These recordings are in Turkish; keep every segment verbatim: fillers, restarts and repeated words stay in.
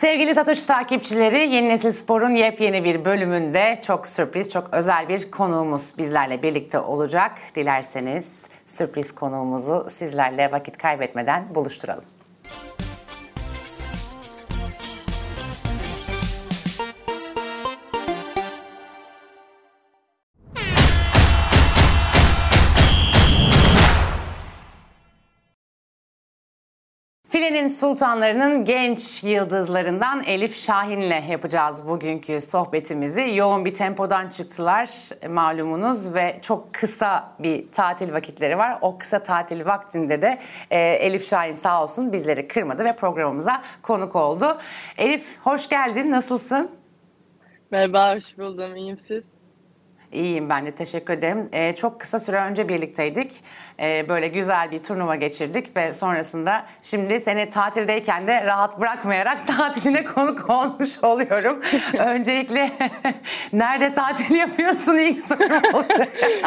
Sevgili Satoshi takipçileri, Yeni Nesil Spor'un yepyeni bir bölümünde çok sürpriz, çok özel bir konuğumuz bizlerle birlikte olacak. Dilerseniz sürpriz konuğumuzu sizlerle vakit kaybetmeden buluşturalım. Filenin sultanlarının genç yıldızlarından Elif Şahin'le yapacağız bugünkü sohbetimizi. Yoğun bir tempodan çıktılar malumunuz ve çok kısa bir tatil vakitleri var. O kısa tatil vaktinde de e, Elif Şahin sağ olsun bizleri kırmadı ve programımıza konuk oldu. Elif hoş geldin, nasılsın? Merhaba, hoş buldum. İyiyim, siz? İyiyim ben de, teşekkür ederim. Ee, çok kısa süre önce birlikteydik. Ee, böyle güzel bir turnuva geçirdik ve sonrasında şimdi seni tatildeyken de rahat bırakmayarak tatiline konuk olmuş oluyorum. Öncelikle nerede tatil yapıyorsun ilk sorum olacak.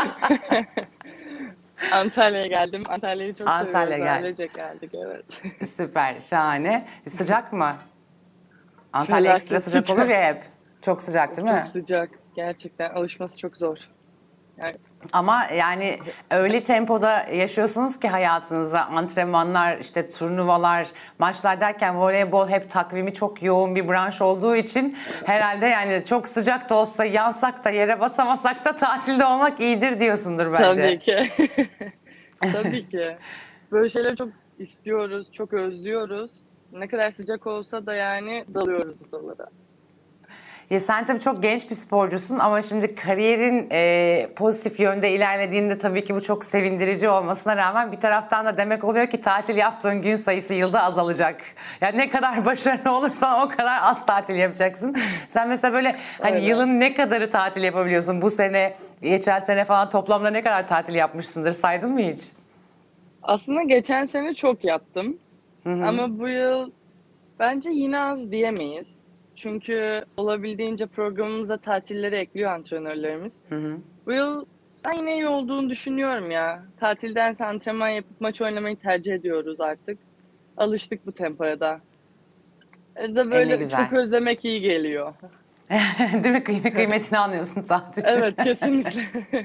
Antalya'ya geldim. Antalya'yı çok Antalya seviyoruz. gel. Ailecek geldik, evet. Süper, şahane. Sıcak mı? Antalya Felaket ekstra sıcak sıcak. olur ya hep. Çok sıcak değil mi? Çok sıcak. Gerçekten alışması çok zor. Yani Ama yani öyle tempoda yaşıyorsunuz ki hayatınızda, antrenmanlar, işte turnuvalar, maçlar derken voleybol hep takvimi çok yoğun bir branş olduğu için herhalde yani çok sıcak da olsa, yansak da, yere basamasak da tatilde olmak iyidir diyorsundur bence. tabii ki. Tabii ki. Böyle şeyleri çok istiyoruz, çok özlüyoruz. Ne kadar sıcak olsa da yani dalıyoruz bu dalara. Ya sen tabii çok genç bir sporcusun ama şimdi kariyerin e, pozitif yönde ilerlediğinde tabii ki bu çok sevindirici olmasına rağmen bir taraftan da demek oluyor ki tatil yaptığın gün sayısı yılda azalacak. Yani ne kadar başarılı olursan o kadar az tatil yapacaksın. Sen mesela böyle hani Öyle. yılın ne kadarı tatil yapabiliyorsun? Bu sene, geçen sene falan toplamda ne kadar tatil yapmışsındır? Saydın mı hiç? Aslında geçen sene çok yaptım. Hı hı. Ama bu yıl bence yine az diyemeyiz. Çünkü olabildiğince programımıza tatilleri ekliyor antrenörlerimiz. Hı hı. Bu yıl ben yine iyi olduğunu düşünüyorum ya. Tatildense antrenman yapıp maç oynamayı tercih ediyoruz artık. Alıştık bu tempoya da. E de böyle çok özlemek iyi geliyor. Değil mi? Kıymet, kıymetini anlıyorsun tatil. Evet, kesinlikle.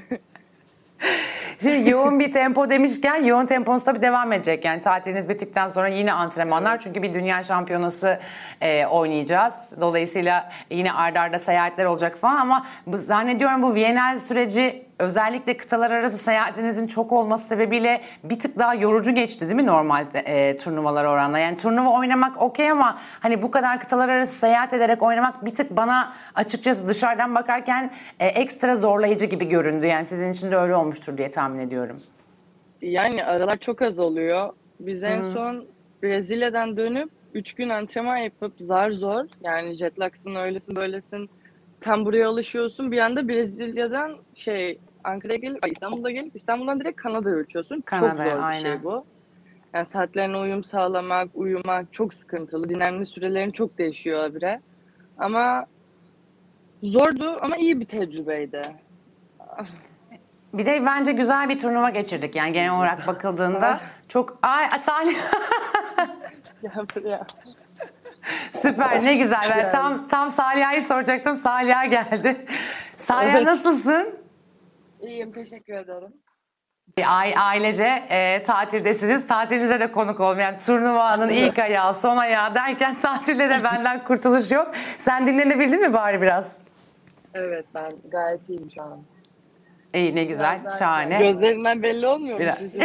Şimdi yoğun bir tempo demişken yoğun temponuz tabii devam edecek. Yani tatiliniz bittikten sonra yine antrenmanlar. Evet. Çünkü bir dünya şampiyonası e, oynayacağız. Dolayısıyla yine arda arda seyahatler olacak falan ama bu, zannediyorum bu Viyana'l süreci özellikle kıtalar arası seyahatinizin çok olması sebebiyle bir tık daha yorucu geçti değil mi normalde e, turnuvalar oranla? Yani turnuva oynamak okey ama hani bu kadar kıtalar arası seyahat ederek oynamak bir tık bana açıkçası dışarıdan bakarken e, ekstra zorlayıcı gibi göründü. Yani sizin için de öyle olmuştur diye tahmin ediyorum. Yani aralar çok az oluyor. Biz en hmm. son Brezilya'dan dönüp üç gün antrenman yapıp zar zor, yani jet lag'sın öylesin böylesin, tam buraya alışıyorsun, bir anda Brezilya'dan şey Ankara'ya gelip İstanbul'a gelip İstanbul'dan direkt Kanada'ya uçuyorsun. Kanada'ya, çok zor bir aynen. Şey bu. Yani saatlerine uyum sağlamak, uyumak çok sıkıntılı. Dinlenme sürelerin çok değişiyor habire. Ama zordu ama iyi bir tecrübeydi. Bir de bence güzel bir turnuva geçirdik. Yani genel olarak bakıldığında çok... Ay Salih! Gel buraya. Süper, ne güzel. Ben tam tam Saliha'yı soracaktım. Saliha geldi. Saliha evet. Nasılsın? İyiyim, teşekkür ederim. Ailece e, tatildesiniz. Tatilinize de konuk olmayan turnuvanın ilk ayağı, son ayağı derken tatilde de benden kurtuluş yok. Sen dinlenebildin mi bari biraz? Evet, ben gayet iyiyim şu an. İyi, ne güzel, biraz şahane. Gözlerinden belli olmuyor mu?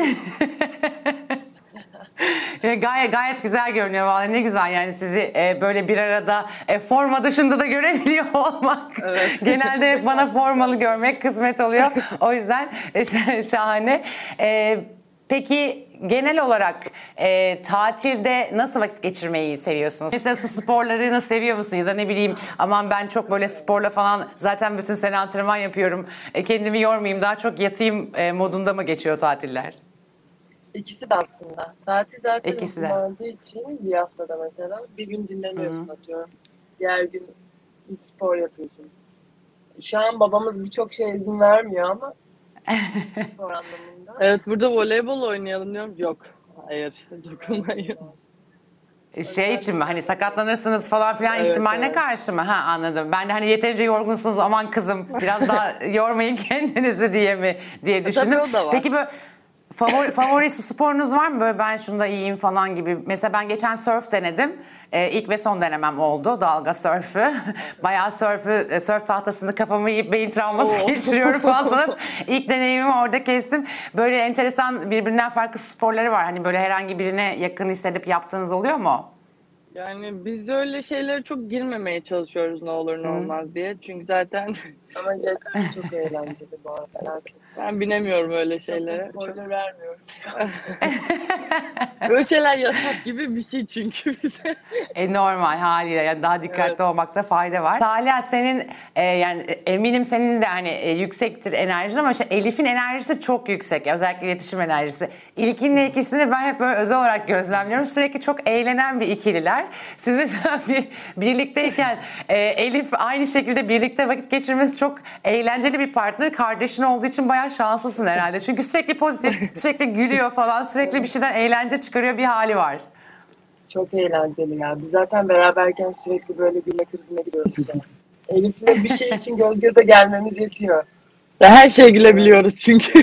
gayet gayet güzel görünüyor vallahi, ne güzel yani sizi e, böyle bir arada e, forma dışında da görebiliyor olmak. Evet. Genelde hep bana formalı görmek kısmet oluyor. O yüzden e, şahane. E, peki genel olarak e, tatilde nasıl vakit geçirmeyi seviyorsunuz? Mesela su sporlarını seviyor musun? Ya da ne bileyim, aman ben çok böyle sporla falan zaten bütün sene antrenman yapıyorum, e, kendimi yormayayım, daha çok yatayım e, modunda mı geçiyor tatiller? İkisi de aslında. Tatil zaten İkisi de. olduğu için bir haftada mesela bir gün dinleniyorsun, atıyorum. Diğer gün spor yapıyorsun. Şu an babamız birçok şeye izin vermiyor ama spor anlamında. Evet, burada voleybol oynayalım diyorum. Yok. Hayır. Dokunmayın. Şey için mi? Hani sakatlanırsınız falan filan Evet, ihtimaline evet. karşı mı? Ha, anladım. Ben de hani yeterince yorgunsunuz, aman kızım biraz daha yormayın kendinizi diye mi diye düşündüm. Tabii o da var. Peki böyle favori, favori su sporunuz var mı? Böyle ben şunda iyiyim falan gibi. Mesela ben geçen surf denedim. Ee, ilk ve son denemem oldu. Dalga sörfü. Bayağı sörfü, sörf tahtasını kafamı yiyip beyin travması Oo. geçiriyorum fazla. İlk deneyimimi orada kestim. Böyle enteresan birbirinden farklı sporları var. Hani böyle herhangi birine yakın hissedip yaptığınız oluyor mu? Yani biz öyle şeylere çok girmemeye çalışıyoruz ne olur ne olmaz diye. Çünkü zaten Ama jet ski çok eğlenceli bu arada. Gerçekten. ben binemiyorum öyle Çok da şeylere. Çok... spoiler vermiyoruz. Böyle şeyler yasak gibi bir şey çünkü bize. E, normal haliyle yani daha dikkatli Evet. olmakta fayda var. Talha senin e, yani eminim senin de hani e, yüksektir enerjin ama işte Elif'in enerjisi çok yüksek. Özellikle iletişim enerjisi. İlkinle ikisini ben hep böyle özel olarak gözlemliyorum. Sürekli çok eğlenen bir ikililer. Siz mesela bir, birlikteyken e, Elif aynı şekilde birlikte vakit geçirmesi çok eğlenceli bir partner. Kardeşin olduğu için bayağı şanslısın herhalde. Çünkü sürekli pozitif, sürekli gülüyor falan, sürekli bir şeyden eğlence çıkarıyor bir hali var. Çok eğlenceli ya. Biz zaten beraberken sürekli böyle gülme krizine giriyoruz. Yani. Elif'le bir şey için göz göze gelmemiz yetiyor. Her şeye gülebiliyoruz çünkü.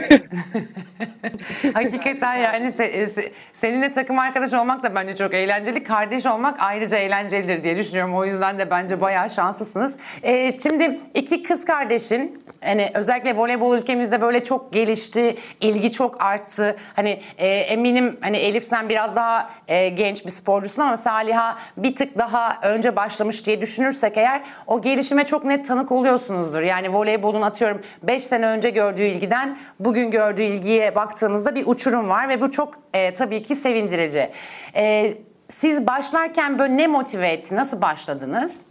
Hakikaten yani se- se- seninle takım arkadaş olmak da bence çok eğlenceli. Kardeş olmak ayrıca eğlencelidir diye düşünüyorum. O yüzden de bence bayağı şanslısınız. Ee, şimdi iki kız kardeşin hani özellikle voleybol ülkemizde böyle çok gelişti, ilgi çok arttı. Hani e, eminim hani Elif sen biraz daha e, genç bir sporcusun ama Saliha bir tık daha önce başlamış diye düşünürsek eğer o gelişime çok net tanık oluyorsunuzdur. Yani voleybolun atıyorum beş sene önce gördüğü ilgiden bugün gördüğü ilgiye baktığımızda bir uçurum var ve bu çok e, tabii ki sevindirici. E, siz başlarken böyle ne motive etti? Nasıl başladınız?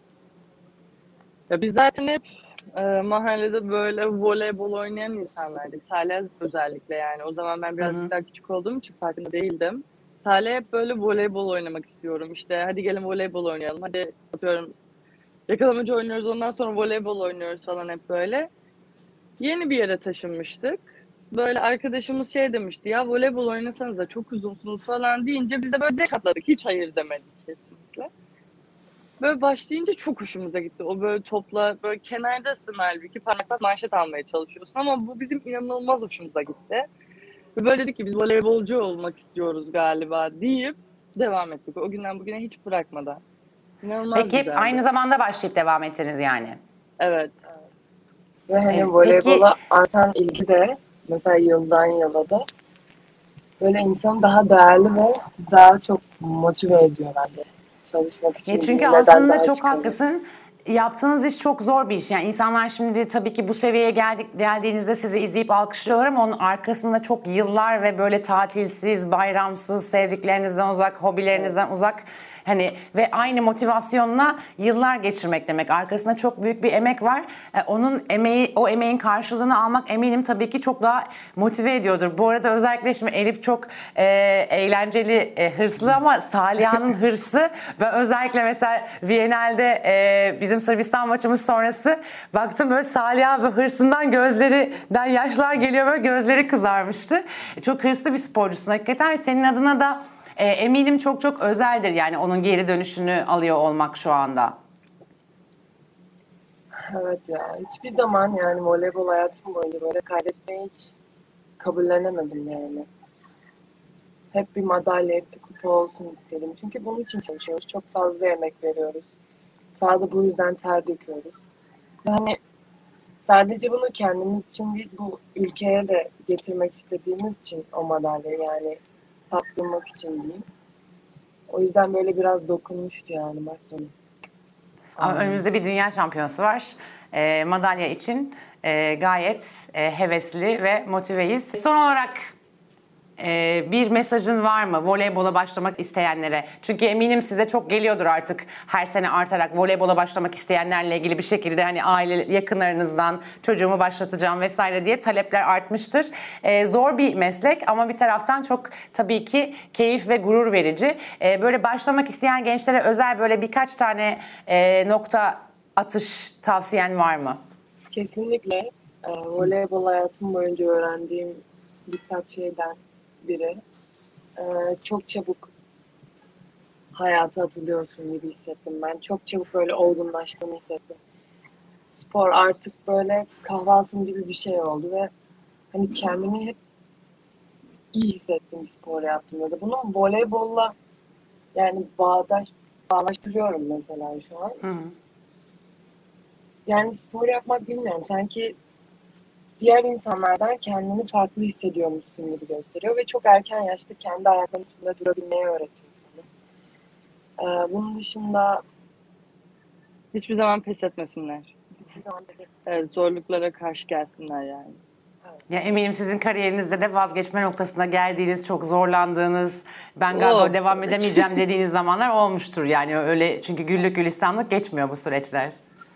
Ya biz zaten hep e, mahallede böyle voleybol oynayan insanlardık. Salih özellikle yani. O zaman ben birazcık Hı hı. daha küçük olduğum için farkında değildim. Salih hep böyle voleybol oynamak istiyorum. İşte hadi gelin voleybol oynayalım. Hadi atıyorum yakalamacı oynuyoruz ondan sonra voleybol oynuyoruz falan hep böyle. Yeni bir yere taşınmıştık. Böyle arkadaşımız şey demişti ya voleybol oynasanız da çok uzunsunuz falan deyince biz de böyle direkt atladık. Hiç hayır demedik kesinlikle. Böyle başlayınca çok hoşumuza gitti. O böyle topla böyle kenardasın halbuki parmakla manşet almaya çalışıyorsun ama bu bizim inanılmaz hoşumuza gitti. Ve böyle dedik ki biz voleybolcu olmak istiyoruz galiba deyip devam ettik. O günden bugüne hiç bırakmadan. İnanılmaz Peki hep güzeldi. aynı zamanda başlayıp devam ettiniz yani. Evet. Ve hani Evet, voleybola artan ilgi de mesela yıldan yıla da böyle insanı daha değerli ve daha çok motive ediyor bence. Çalışmak için Ya çünkü bir neden aslında daha çok çıkarıyor. haklısın. Yaptığınız iş çok zor bir iş. Yani insanlar şimdi tabii ki bu seviyeye geldik, geldiğinizde sizi izleyip alkışlıyorlar ama onun arkasında çok yıllar ve böyle tatilsiz, bayramsız, sevdiklerinizden uzak, hobilerinizden uzak hani ve aynı motivasyonla yıllar geçirmek demek. Arkasında çok büyük bir emek var. E, onun emeği, o emeğin karşılığını almak eminim tabii ki çok daha motive ediyordur. Bu arada özellikle şimdi Elif çok e, eğlenceli, e, hırslı ama Saliha'nın hırsı ve özellikle mesela Viyana'da e, bizim Sırbistan maçımız sonrası baktım böyle Saliha ve hırsından gözlerinden yaşlar geliyor böyle gözleri kızarmıştı. E, çok hırslı bir sporcusun hakikaten ve senin adına da E, eminim çok çok özeldir yani onun geri dönüşünü alıyor olmak şu anda. Evet ya. Hiçbir zaman yani voleybol hayatım boyunca böyle kaybetmeyi hiç kabullenemedim yani. Hep bir madalya, hep bir kupa olsun istedim. Çünkü bunun için çalışıyoruz. Çok fazla emek veriyoruz. Sahada bu yüzden ter döküyoruz. Yani sadece bunu kendimiz için değil, bu ülkeye de getirmek istediğimiz için o madalyayı yani tattırmak için diyeyim. O yüzden böyle biraz dokunmuştu yani maç sonu. Ama önümüzde bir dünya şampiyonası var. E, madalya için e, gayet e, hevesli ve motiveyiz. Son olarak e, bir mesajın var mı voleybola başlamak isteyenlere? Çünkü eminim size çok geliyordur artık her sene artarak voleybola başlamak isteyenlerle ilgili bir şekilde hani aile yakınlarınızdan çocuğumu başlatacağım vesaire diye talepler artmıştır. E, zor bir meslek ama bir taraftan çok tabii ki keyif ve gurur verici. E, böyle başlamak isteyen gençlere özel böyle birkaç tane e, nokta atış tavsiyen var mı? Kesinlikle e, voleybol hayatım boyunca öğrendiğim birkaç şeyden biri. E, çok çabuk hayata atılıyorsun gibi hissettim ben. Çok çabuk böyle olgunlaştığımı hissettim. Spor artık böyle kahvaltım gibi bir şey oldu ve hani kendimi hep iyi hissettim spor yaptığımda da. Bunu voleybolla yani bağdaş, bağdaştırıyorum mesela şu an. Hı hı. Yani spor yapmak bilmiyorum. Sanki diğer insanlardan kendini farklı hissediyormuşsun gibi gösteriyor ve çok erken yaşta kendi ayaklarının üstünde durabilmeyi öğretiyor sana. Ee, bunun dışında Hiçbir zaman pes etmesinler. hiçbir zaman böyle- Evet, zorluklara karşı gelsinler yani. Ya eminim sizin kariyerinizde de vazgeçme noktasına geldiğiniz, çok zorlandığınız, ben galiba Oh. devam edemeyeceğim dediğiniz zamanlar olmuştur. Yani öyle, çünkü güllük gülistanlık geçmiyor bu süreçler.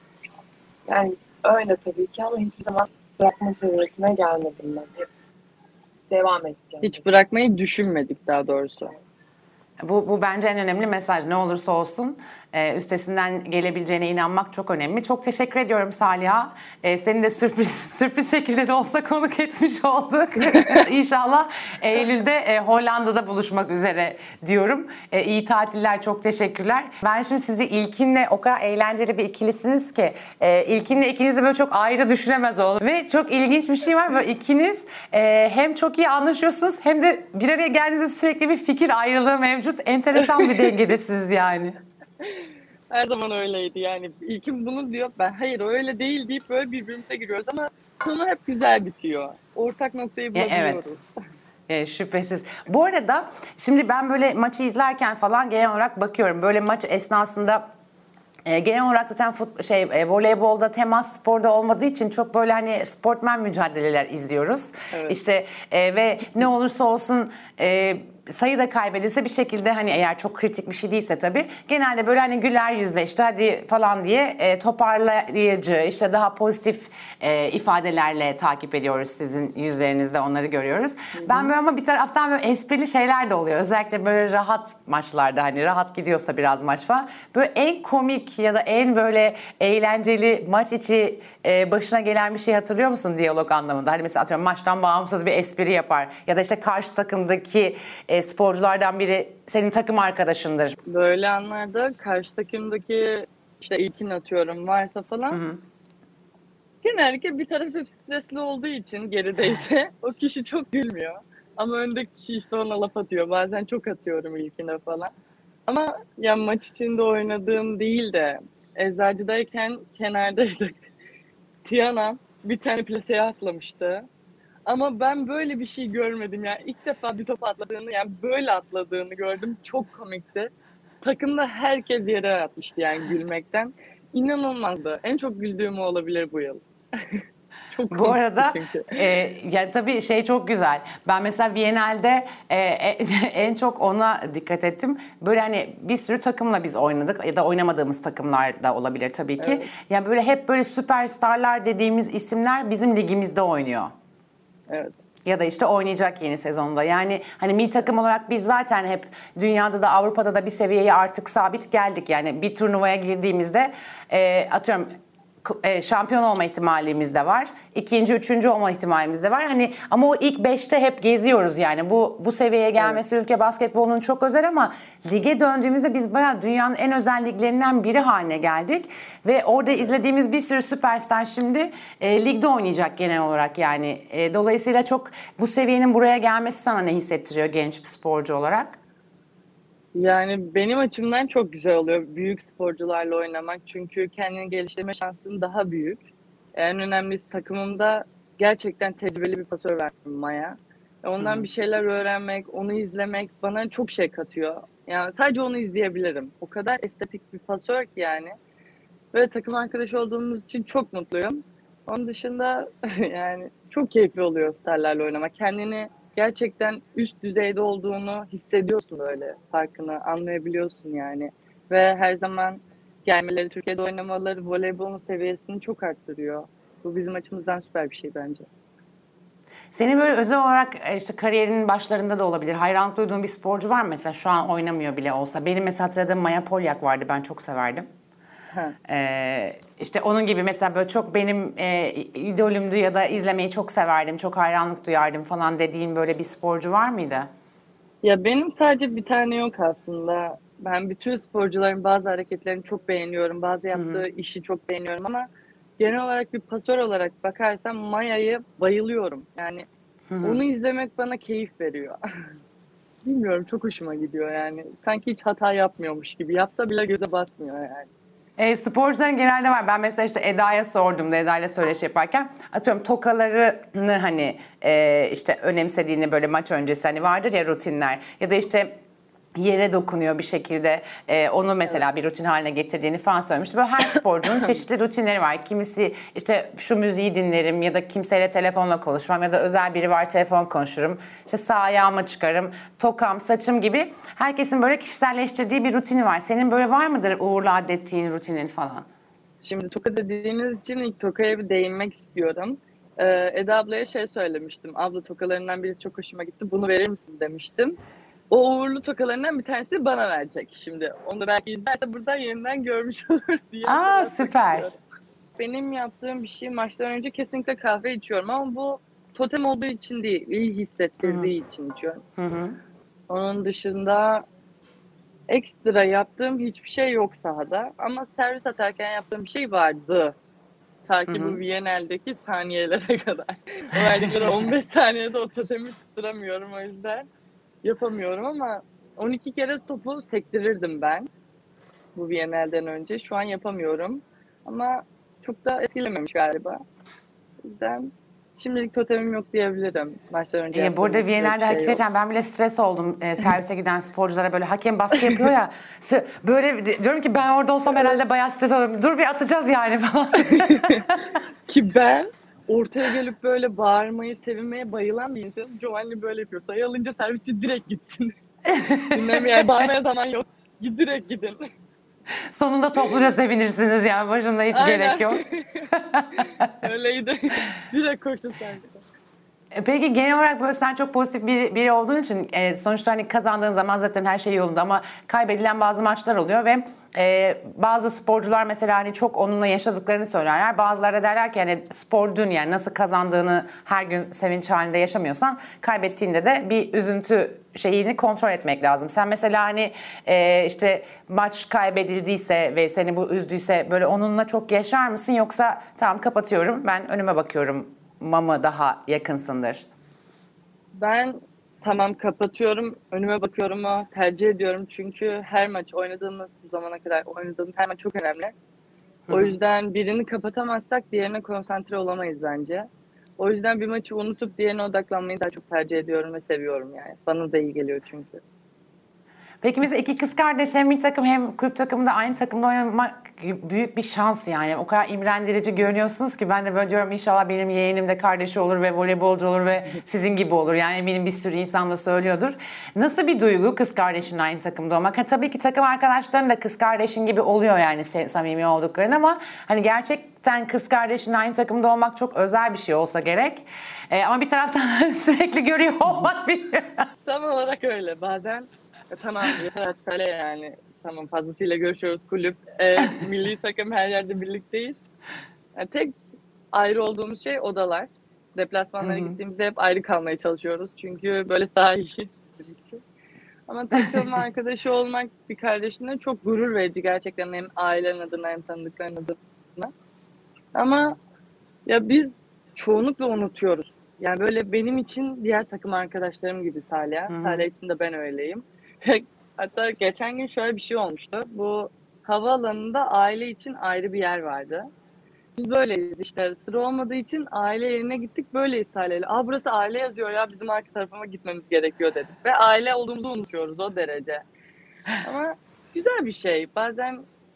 yani öyle tabii ki ama hiçbir zaman bırakma seviyesine gelmedim ben. Hep devam edeceğim. Hiç bırakmayı düşünmedik daha doğrusu. Bu, bu bence en önemli mesaj. Ne olursa olsun e, üstesinden gelebileceğine inanmak çok önemli. Çok teşekkür ediyorum Saliha. E, seni de sürpriz sürpriz şekilde de olsa konuk etmiş olduk. İnşallah Eylül'de e, Hollanda'da buluşmak üzere diyorum. E, iyi tatiller, çok teşekkürler. Ben şimdi sizi İlkin'le o kadar eğlenceli bir ikilisiniz ki e, İlkin'le ikinizi böyle çok ayrı düşünemez oldum. Ve çok ilginç bir şey var. Böyle ikiniz e, hem çok iyi anlaşıyorsunuz hem de bir araya geldiğinizde sürekli bir fikir ayrılığı mevcut. Enteresan bir dengedesiniz yani. Her zaman öyleydi yani. İlkim bunu diyor, ben hayır öyle değil deyip böyle birbirimize giriyoruz ama sonu hep güzel bitiyor. Ortak noktayı E, evet. bulabiliyoruz. E, şüphesiz. Bu arada şimdi ben böyle maçı izlerken falan genel olarak bakıyorum. Böyle maç esnasında e, genel olarak zaten fut, şey e, voleybolda temas sporda olmadığı için çok böyle hani sportmen mücadeleler izliyoruz. Evet. İşte e, ve ne olursa olsun e, sayı da kaybedilse bir şekilde, hani eğer çok kritik bir şey değilse tabii, genelde böyle hani güler yüzle işte hadi falan diye e, toparlayıcı, işte daha pozitif e, ifadelerle takip ediyoruz, sizin yüzlerinizde onları görüyoruz. Hı hı. Ben böyle ama bir taraftan böyle esprili şeyler de oluyor. Özellikle böyle rahat maçlarda, hani rahat gidiyorsa biraz maç falan. Böyle en komik ya da en böyle eğlenceli maç içi e, başına gelen bir şey hatırlıyor musun diyalog anlamında? Hani mesela atıyorum maçtan bağımsız bir espri yapar ya da işte karşı takımdaki e, sporculardan biri senin takım arkadaşındır. Böyle anlarda karşı takımdaki işte ilkin atıyorum varsa falan, Hı hı. genellikle bir taraf hep stresli olduğu için gerideyse o kişi çok gülmüyor. Ama öndeki kişi işte ona laf atıyor. Bazen çok atıyorum ilkine falan. Ama ya maç içinde oynadığım değil de eczacıdayken kenardaydık. Tiana bir tane plaseye atlamıştı. Ama ben böyle bir şey görmedim. Yani ilk defa bir top atladığını, yani böyle atladığını gördüm. Çok komikti. Takımda herkes yere yatmıştı yani gülmekten. İnanılmazdı. En çok güldüğüm o olabilir bu yıl. Çok Bu arada çünkü. e, yani tabii şey çok güzel. Ben mesela Viyana'da e, e, en çok ona dikkat ettim. Böyle hani bir sürü takımla biz oynadık ya da oynamadığımız takımlar da olabilir tabii ki. Evet. Yani böyle hep böyle süperstarlar dediğimiz isimler bizim ligimizde oynuyor. Evet. Ya da işte oynayacak yeni sezonda. Yani hani milli takım olarak biz zaten hep dünyada da Avrupa'da da bir seviyeye artık sabit geldik. Yani bir turnuvaya girdiğimizde e, atıyorum e, şampiyon olma ihtimalimiz de var. İkinci, üçüncü olma ihtimalimiz de var. Hani ama o ilk beşte hep geziyoruz yani. Bu bu seviyeye gelmesi evet. Ülke basketbolunun çok özel ama lige döndüğümüzde biz bayağı dünyanın en özel liglerinden biri haline geldik. Ve orada izlediğimiz bir sürü süperstar şimdi e, ligde oynayacak genel olarak yani. E, dolayısıyla çok bu seviyenin buraya gelmesi sana ne hissettiriyor genç bir sporcu olarak? Yani benim açımdan çok güzel oluyor büyük sporcularla oynamak. Çünkü kendini geliştirme şansın daha büyük. En önemlisi takımımda gerçekten tecrübeli bir pasör var Maya. Ondan hmm. bir şeyler öğrenmek, onu izlemek bana çok şey katıyor. Yani sadece onu izleyebilirim. O kadar estetik bir pasör ki yani. Ve takım arkadaşı olduğumuz için çok mutluyum. Onun dışında yani çok keyifli oluyor starlarla oynamak. Kendini gerçekten üst düzeyde olduğunu hissediyorsun, böyle farkını anlayabiliyorsun yani. Ve her zaman gelmeleri, Türkiye'de oynamaları voleybolun seviyesini çok arttırıyor. Bu bizim açımızdan süper bir şey bence. Senin böyle özel olarak işte kariyerinin başlarında da olabilir, hayran duyduğun bir sporcu var mı mesela, şu an oynamıyor bile olsa? Benim mesela hatırladığım Maya Polyak vardı, ben çok severdim. Ee, işte onun gibi mesela böyle çok benim e, idolümdü ya da izlemeyi çok severdim, çok hayranlık duyardım falan dediğin böyle bir sporcu var mıydı? Ya benim sadece bir tane yok aslında. Ben bütün sporcuların bazı hareketlerini çok beğeniyorum. Bazı yaptığı Hı-hı. işi çok beğeniyorum ama genel olarak bir pasör olarak bakarsam Maya'yı bayılıyorum. Yani Hı-hı. onu izlemek bana keyif veriyor. Bilmiyorum, çok hoşuma gidiyor yani. Sanki hiç hata yapmıyormuş gibi. Yapsa bile göze batmıyor yani. E, sporcuların genelde var. Ben mesela işte Eda'ya sordum da Eda'yla söyleşi yaparken atıyorum tokalarını hani e, işte önemsediğini böyle maç öncesi hani vardır ya rutinler ya da işte yere dokunuyor bir şekilde e, onu mesela evet. bir rutin haline getirdiğini falan söylemişti. Böyle her sporcunun çeşitli rutinleri var. Kimisi işte şu müziği dinlerim ya da kimseyle telefonla konuşmam ya da özel biri var telefon konuşurum. İşte sağ ayağıma çıkarım, tokam, saçım gibi. Herkesin böyle kişiselleştirdiği bir rutini var. Senin böyle var mıdır uğurlu adettiğin rutinin falan? Şimdi toka dediğiniz için ilk tokaya bir değinmek istiyorum. Ee, Eda ablaya şey söylemiştim. Abla tokalarından birisi çok hoşuma gitti. Bunu verir misin demiştim. O uğurlu tokalarından bir tanesi bana verecek şimdi. Onu belki izlerse buradan yeniden görmüş olur diye. Aa süper. Benim yaptığım bir şey maçtan önce kesinlikle kahve içiyorum ama bu totem olduğu için değil, iyi hissettirdiği Hı-hı. için içiyorum. Hı-hı. Onun dışında ekstra yaptığım hiçbir şey yok sahada ama servis atarken yaptığım bir şey vardı. Ta ki bu Viyanel'deki saniyelere kadar. O verdikleri on beş saniyede o totemi tutturamıyorum o yüzden. Yapamıyorum ama on iki kere topu sektirirdim ben bu Viyanel'den önce. Şu an yapamıyorum ama çok da etkilememiş galiba. O yüzden şimdilik totemim yok diyebilirim. Maçtan önce ee, burada Viyanel'de şey hakikaten yok. Ben bile stres oldum e, servise giden sporculara böyle hakem baskı yapıyor ya. Böyle diyorum ki ben orada olsam herhalde bayağı stres olurum. Dur bir atacağız yani falan. Ki ben ortaya gelip böyle bağırmayı, sevinmeye bayılan bir insanım. Giovanni böyle yapıyor. Sayı alınca servisçi direkt gitsin. Bilmem yani bağırmaya zaman yok. Direkt gidin. Sonunda topluca sevinirsiniz yani. Başında hiç Aynen. gerek yok. Öyleydi. Direkt koştu servise. Peki genel olarak böyle sen çok pozitif biri, biri olduğun için e, sonuçta hani kazandığın zaman zaten her şey yolunda ama kaybedilen bazı maçlar oluyor ve e, bazı sporcular mesela hani çok onunla yaşadıklarını söylerler. Bazıları da derler ki hani spor dün yani nasıl kazandığını her gün sevinç halinde yaşamıyorsan kaybettiğinde de bir üzüntü şeyini kontrol etmek lazım. Sen mesela hani e, işte maç kaybedildiyse ve seni bu üzdüyse böyle onunla çok yaşar mısın yoksa tamam kapatıyorum ben önüme bakıyorum mı daha yakınsındır? Ben tamam kapatıyorum, önüme bakıyorum ama tercih ediyorum. Çünkü her maç oynadığımız bu zamana kadar oynadığımız her maç çok önemli. Hı-hı. O yüzden birini kapatamazsak diğerine konsantre olamayız bence. O yüzden bir maçı unutup diğerine odaklanmayı daha çok tercih ediyorum ve seviyorum yani. Bana da iyi geliyor çünkü. Peki mesela iki kız kardeş hem milli takım hem kulüp takımında aynı takımda oynamak büyük bir şans yani. O kadar imrendirici görünüyorsunuz ki ben de böyle diyorum inşallah benim yeğenim de kardeşi olur ve voleybolcu olur ve sizin gibi olur. Yani eminim bir sürü insan da söylüyordur. Nasıl bir duygu kız kardeşin aynı takımda olmak? Ha, tabii ki takım arkadaşların da kız kardeşin gibi oluyor yani samimi olduklarını ama hani gerçekten kız kardeşin aynı takımda olmak çok özel bir şey olsa gerek. Ee, ama bir taraftan sürekli görüyor olmak bilmiyorum. Tam olarak öyle. Bazen e, tamam yeter artık söyle yani. Tamam fazlasıyla görüşüyoruz kulüp. E, milli takım her yerde birlikteyiz. Yani tek ayrı olduğumuz şey odalar. Deplasmanlara Hı-hı. gittiğimizde hep ayrı kalmaya çalışıyoruz. Çünkü böyle daha iyi bizim için. Ama takım arkadaşı olmak bir kardeşinden çok gurur verici gerçekten hem ailenin adına hem tanıdıkların adına. Ama ya biz çoğunlukla unutuyoruz. Yani böyle benim için diğer takım arkadaşlarım gibi Salih. Salih için de ben öyleyim. Hatta geçen gün şöyle bir şey olmuştu. Bu havaalanında aile için ayrı bir yer vardı. Biz böyleyiz işte sıra olmadığı için aile yerine gittik böyleyiz Salih'le. Aa burası aile yazıyor ya bizim arka tarafıma gitmemiz gerekiyor dedik. Ve aile olduğumuzu unutuyoruz o derece. Ama güzel bir şey. Bazen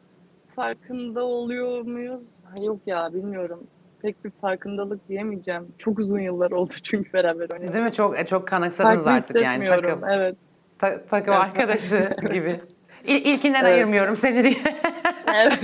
farkında oluyor muyuz? Ha, yok ya bilmiyorum. Pek bir farkındalık diyemeyeceğim. Çok uzun yıllar oldu çünkü beraber oynadık. Değil mi? Çok çok kanıksadınız artık yani takım. Evet. Ta- takım evet. arkadaşı gibi. İl- ilkinden evet. ayırmıyorum seni diye. Evet.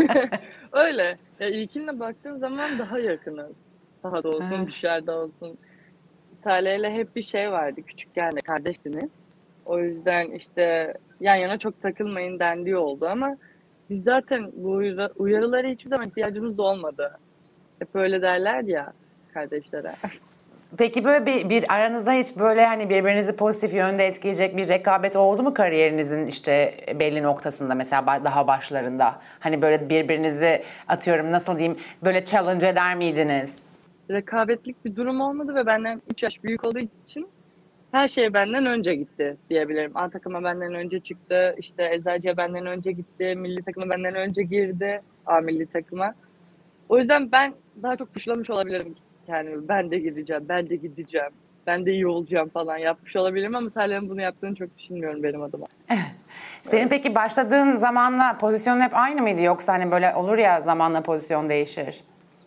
Öyle. Ya ilkinle baktığın zaman daha yakınız. Sahada olsun, evet. dışarıda olsun. Salih'le hep bir şey vardı. Küçükken de kardeşsiniz. O yüzden işte yan yana çok takılmayın dendiği oldu ama biz zaten bu uyarılara hiçbir zaman ihtiyacımız da olmadı. Hep öyle derler ya kardeşlere. Peki böyle bir, bir aranızda hiç böyle hani birbirinizi pozitif yönde etkileyecek bir rekabet oldu mu kariyerinizin işte belli noktasında, mesela daha başlarında? Hani böyle birbirinizi, atıyorum nasıl diyeyim, böyle challenge eder miydiniz? Rekabetlik bir durum olmadı ve benden üç yaş büyük olduğu için her şey benden önce gitti diyebilirim. A takıma benden önce çıktı, işte Eczacı'ya benden önce gitti, milli takıma benden önce girdi, A milli takıma. O yüzden ben daha çok dışlamış olabilirim kendimi. Ben de gireceğim, ben de gideceğim, ben de iyi olacağım falan yapmış olabilirim ama Serdar'ın bunu yaptığını çok düşünmüyorum benim adıma. Senin peki başladığın zamanla pozisyonun hep aynı mıydı, yoksa hani böyle olur ya zamanla pozisyon değişir?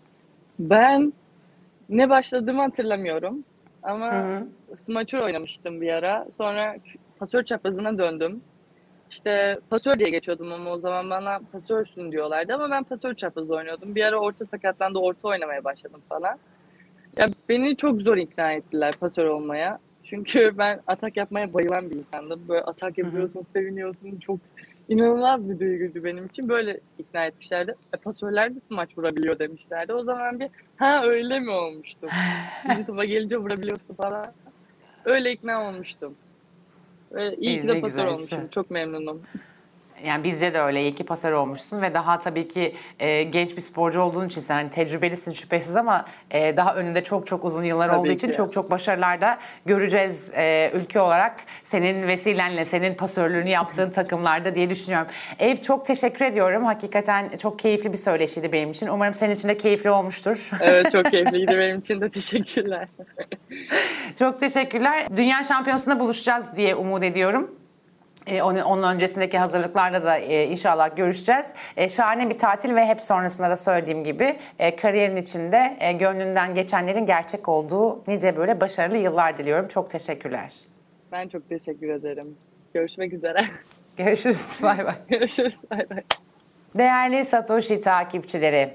Ben ne başladığımı hatırlamıyorum ama Hı hı. smaçör oynamıştım bir ara. Sonra pasör çaprazına döndüm. İşte pasör diye geçiyordum ama o zaman bana pasörsün diyorlardı ama ben pasör çaprazı oynuyordum. Bir ara orta sakatlandı, orta oynamaya başladım falan. Ya beni çok zor ikna ettiler pasör olmaya. Çünkü ben atak yapmaya bayılan bir insandım. Böyle atak yapıyorsun, hı hı. seviniyorsun. Çok inanılmaz bir duyguydu benim için. Böyle ikna etmişlerdi. E, pasörler de smaç vurabiliyor demişlerdi. O zaman bir ha öyle mi olmuştum? Bizim topa gelince vurabiliyorsun falan. Öyle ikna olmuştum. Ve iyi İyi, ki de ne pasör güzel olmuşum. işte. Çok memnunum. Yani bizce de öyle, iyi ki pasör olmuşsun ve daha tabii ki e, genç bir sporcu olduğun için sen hani tecrübelisin şüphesiz, ama e, daha önünde çok çok uzun yıllar Tabii olduğu için ki. çok çok başarılar da göreceğiz e, ülke olarak senin vesilenle, senin pasörlüğünü yaptığın takımlarda diye düşünüyorum. Ev, çok teşekkür ediyorum. Hakikaten çok keyifli bir söyleşiydi benim için. Umarım senin için de keyifli olmuştur. Evet, çok keyifliydi benim için de, teşekkürler. Çok teşekkürler. Dünya Şampiyonası'nda buluşacağız diye umut ediyorum. Ee, onun, onun öncesindeki hazırlıklarda da e, inşallah görüşeceğiz. E, şahane bir tatil ve hep sonrasında da söylediğim gibi e, kariyerin içinde e, gönlünden geçenlerin gerçek olduğu nice böyle başarılı yıllar diliyorum. Çok teşekkürler. Ben çok teşekkür ederim. Görüşmek üzere. Görüşürüz. Bay bay. Görüşürüz. Bay bay. Değerli Satoshi takipçileri,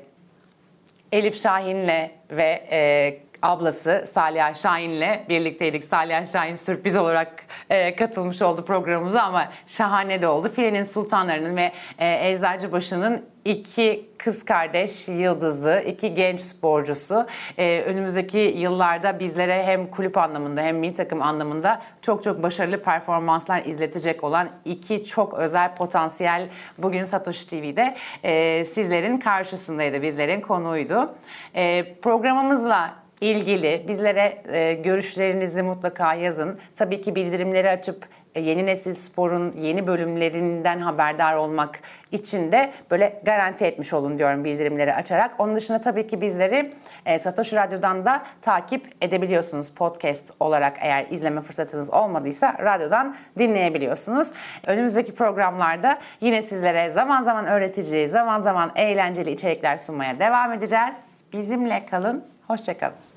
Elif Şahin'le ve e, ablası Saliha Şahin'le birlikteydik. Saliha Şahin sürpriz olarak e, katılmış oldu programımıza ama şahane de oldu. Filenin Sultanları'nın ve e, Eczacıbaşı'nın iki kız kardeş yıldızı, iki genç sporcusu. E, önümüzdeki yıllarda bizlere hem kulüp anlamında hem milli takım anlamında çok çok başarılı performanslar izletecek olan iki çok özel potansiyel bugün Satoshi T V'de e, sizlerin karşısındaydı, bizlerin konuğuydu. E, programımızla ilgili bizlere e, görüşlerinizi mutlaka yazın. Tabii ki bildirimleri açıp e, Yeni Nesil Spor'un yeni bölümlerinden haberdar olmak için de böyle garanti etmiş olun diyorum bildirimleri açarak. Onun dışında tabii ki bizleri e, Satoshi Radyo'dan da takip edebiliyorsunuz. Podcast olarak eğer izleme fırsatınız olmadıysa radyodan dinleyebiliyorsunuz. Önümüzdeki programlarda yine sizlere zaman zaman öğretici, zaman zaman eğlenceli içerikler sunmaya devam edeceğiz. Bizimle kalın, hoşça kalın.